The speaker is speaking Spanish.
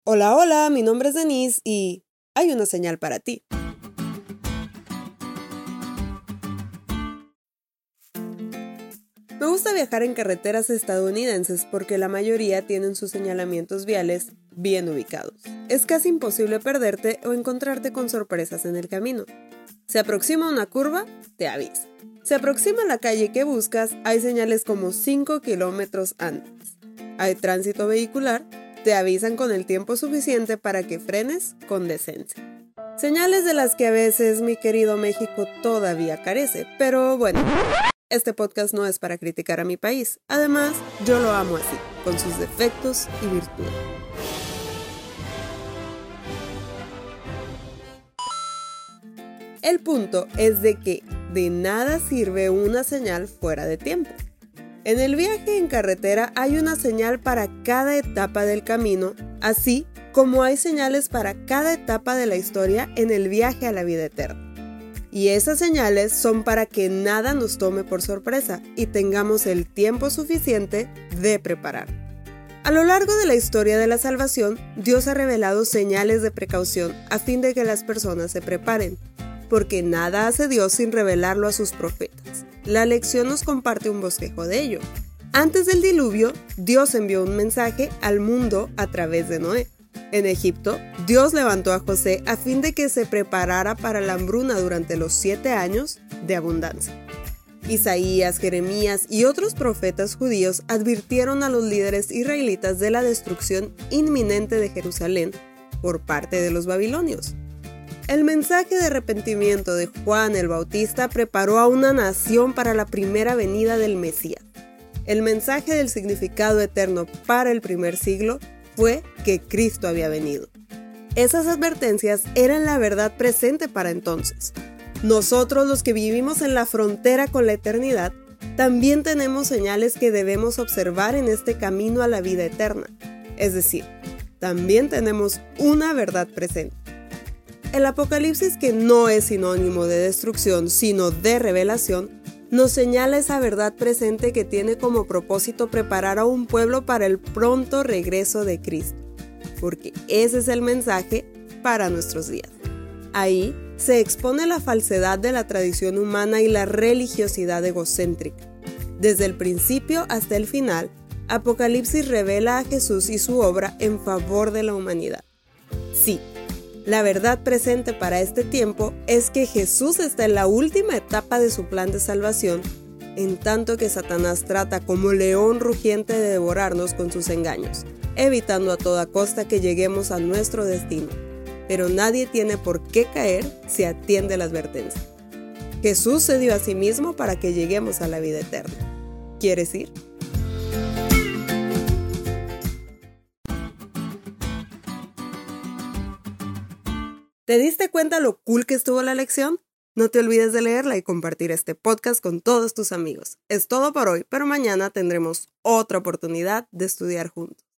Hola, hola, mi nombre es Denise y hay una señal para ti. Me gusta viajar en carreteras estadounidenses porque la mayoría tienen sus señalamientos viales bien ubicados. Es casi imposible perderte o encontrarte con sorpresas en el camino. Se aproxima una curva, te avisa. Se aproxima la calle que buscas, hay señales como 5 kilómetros antes. Hay tránsito vehicular, te avisan con el tiempo suficiente para que frenes con decencia. Señales de las que a veces mi querido México todavía carece, pero bueno, este podcast no es para criticar a mi país. Además, yo lo amo así, con sus defectos y virtudes. El punto es de que de nada sirve una señal fuera de tiempo. En el viaje en carretera hay una señal para cada etapa del camino, así como hay señales para cada etapa de la historia en el viaje a la vida eterna. Y esas señales son para que nada nos tome por sorpresa y tengamos el tiempo suficiente de preparar. A lo largo de la historia de la salvación, Dios ha revelado señales de precaución a fin de que las personas se preparen, porque nada hace Dios sin revelarlo a sus profetas. La lección nos comparte un bosquejo de ello. Antes del diluvio, Dios envió un mensaje al mundo a través de Noé. En Egipto, Dios levantó a José a fin de que se preparara para la hambruna durante los 7 años de abundancia. Isaías, Jeremías y otros profetas judíos advirtieron a los líderes israelitas de la destrucción inminente de Jerusalén por parte de los babilonios. El mensaje de arrepentimiento de Juan el Bautista preparó a una nación para la primera venida del Mesías. El mensaje del significado eterno para el primer siglo fue que Cristo había venido. Esas advertencias eran la verdad presente para entonces. Nosotros, los que vivimos en la frontera con la eternidad, también tenemos señales que debemos observar en este camino a la vida eterna. Es decir, también tenemos una verdad presente. El Apocalipsis, que no es sinónimo de destrucción, sino de revelación, nos señala esa verdad presente que tiene como propósito preparar a un pueblo para el pronto regreso de Cristo, porque ese es el mensaje para nuestros días. Ahí se expone la falsedad de la tradición humana y la religiosidad egocéntrica. Desde el principio hasta el final, Apocalipsis revela a Jesús y su obra en favor de la humanidad. Sí, la verdad presente para este tiempo es que Jesús está en la última etapa de su plan de salvación, en tanto que Satanás trata como león rugiente de devorarnos con sus engaños, evitando a toda costa que lleguemos a nuestro destino. Pero nadie tiene por qué caer si atiende la advertencia. Jesús se dio a sí mismo para que lleguemos a la vida eterna. ¿Quieres ir? ¿Te diste cuenta lo cool que estuvo la lección? No te olvides de leerla y compartir este podcast con todos tus amigos. Es todo por hoy, pero mañana tendremos otra oportunidad de estudiar juntos.